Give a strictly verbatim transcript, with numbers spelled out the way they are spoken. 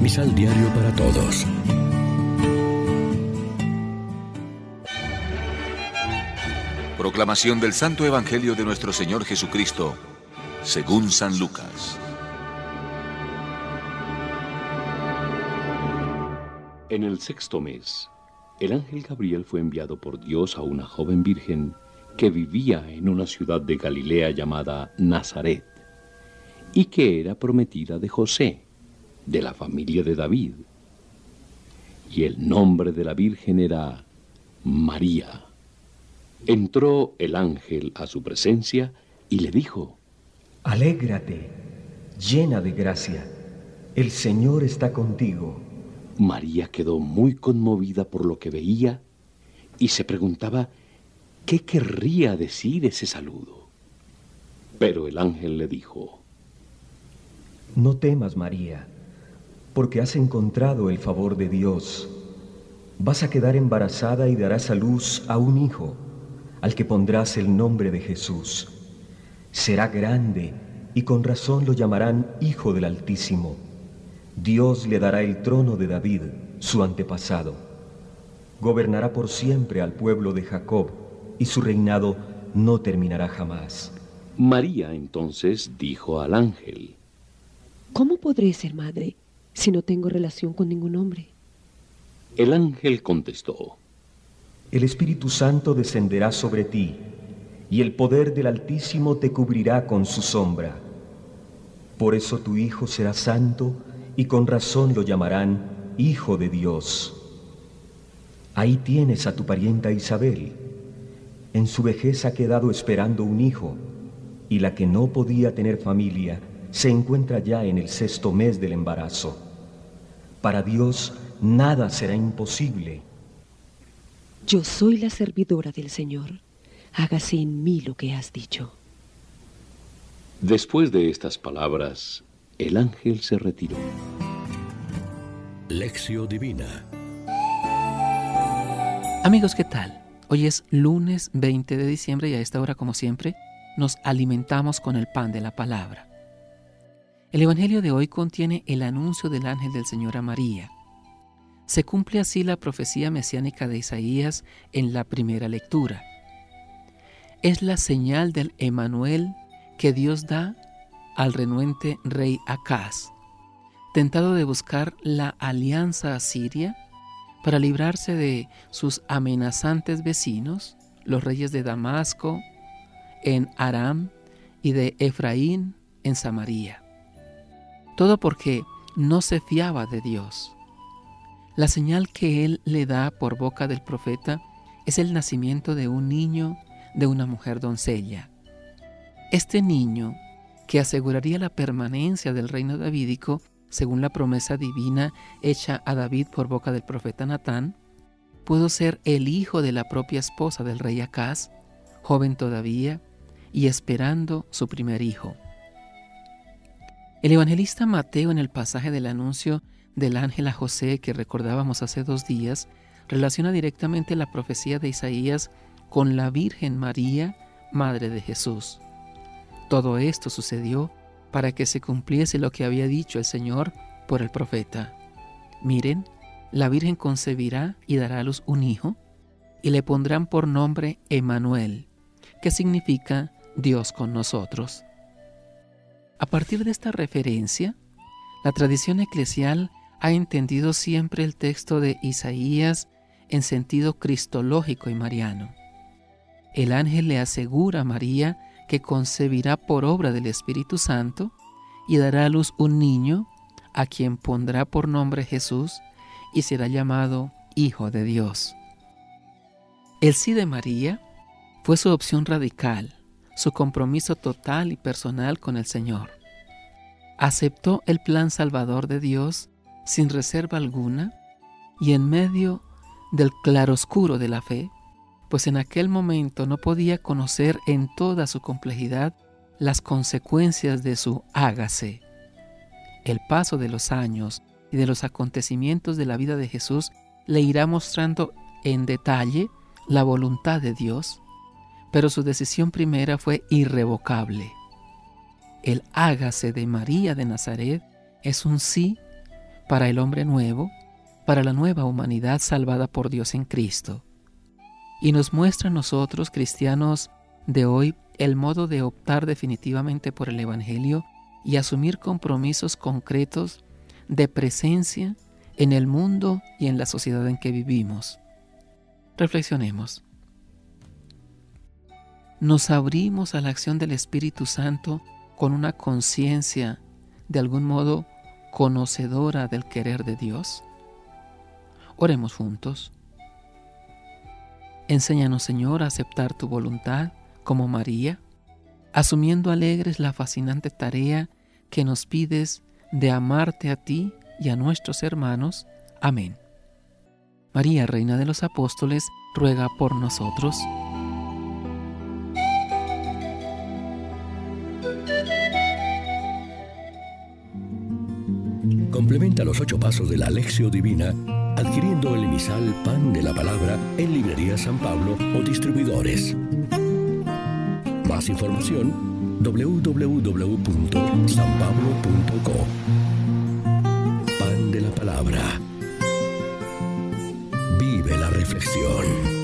Misal Diario para Todos. Proclamación del Santo Evangelio de nuestro Señor Jesucristo, según San Lucas. En el sexto mes, el ángel Gabriel fue enviado por Dios a una joven virgen que vivía en una ciudad de Galilea llamada Nazaret, y que era prometida de José, de la familia de David. Y el nombre de la virgen era María. Entró el ángel a su presencia y le dijo: Alégrate, llena de gracia, el Señor está contigo. María quedó muy conmovida por lo que veía y se preguntaba qué querría decir ese saludo. Pero el ángel le dijo: No temas, María, porque has encontrado el favor de Dios. Vas a quedar embarazada y darás a luz a un hijo, al que pondrás el nombre de Jesús. Será grande y con razón lo llamarán Hijo del Altísimo. Dios le dará el trono de David, su antepasado. Gobernará por siempre al pueblo de Jacob, y su reinado no terminará jamás. María entonces dijo al ángel: ¿Cómo podré ser madre si no tengo relación con ningún hombre? El ángel contestó: El Espíritu Santo descenderá sobre ti, y el poder del Altísimo te cubrirá con su sombra. Por eso tu hijo será santo, y con razón lo llamarán Hijo de Dios. Ahí tienes a tu parienta Isabel. En su vejez ha quedado esperando un hijo, y la que no podía tener familia se encuentra ya en el sexto mes del embarazo. Para Dios nada será imposible. Yo soy la servidora del Señor. Hágase en mí lo que has dicho. Después de estas palabras, el ángel se retiró. Lección Divina. Amigos, ¿qué tal? Hoy es lunes veinte de diciembre y a esta hora, como siempre, nos alimentamos con el pan de la palabra. El Evangelio de hoy contiene el anuncio del ángel del Señor a María. Se cumple así la profecía mesiánica de Isaías en la primera lectura. Es la señal del Emanuel que Dios da al renuente rey Acaz, tentado de buscar la alianza asiria para librarse de sus amenazantes vecinos, los reyes de Damasco en Aram y de Efraín en Samaria. Todo porque no se fiaba de Dios. La señal que él le da por boca del profeta es el nacimiento de un niño de una mujer doncella. Este niño, que aseguraría la permanencia del reino davídico, según la promesa divina hecha a David por boca del profeta Natán, pudo ser el hijo de la propia esposa del rey Acaz, joven todavía y esperando su primer hijo. El evangelista Mateo, en el pasaje del anuncio del ángel a José que recordábamos hace dos días, relaciona directamente la profecía de Isaías con la Virgen María, madre de Jesús. Todo esto sucedió para que se cumpliese lo que había dicho el Señor por el profeta. Miren, la Virgen concebirá y dará a luz un hijo, y le pondrán por nombre Emmanuel, que significa Dios con nosotros. A partir de esta referencia, la tradición eclesial ha entendido siempre el texto de Isaías en sentido cristológico y mariano. El ángel le asegura a María que concebirá por obra del Espíritu Santo y dará a luz un niño a quien pondrá por nombre Jesús y será llamado Hijo de Dios. El sí de María fue su opción radical, su compromiso total y personal con el Señor. Aceptó el plan salvador de Dios sin reserva alguna y en medio del claroscuro de la fe, pues en aquel momento no podía conocer en toda su complejidad las consecuencias de su hágase. El paso de los años y de los acontecimientos de la vida de Jesús le irá mostrando en detalle la voluntad de Dios, pero su decisión primera fue irrevocable. El hágase de María de Nazaret es un sí para el hombre nuevo, para la nueva humanidad salvada por Dios en Cristo. Y nos muestra a nosotros, cristianos de hoy, el modo de optar definitivamente por el Evangelio y asumir compromisos concretos de presencia en el mundo y en la sociedad en que vivimos. Reflexionemos. ¿Nos abrimos a la acción del Espíritu Santo con una conciencia, de algún modo, conocedora del querer de Dios? Oremos juntos. Enséñanos, Señor, a aceptar tu voluntad como María, asumiendo alegres la fascinante tarea que nos pides de amarte a ti y a nuestros hermanos. Amén. María, Reina de los Apóstoles, ruega por nosotros. Complementa los ocho pasos de la Alexio Divina adquiriendo el emisal Pan de la Palabra en Librería San Pablo o distribuidores. Más información doble u doble u doble u punto san pablo punto co. Pan de la Palabra. Vive la reflexión.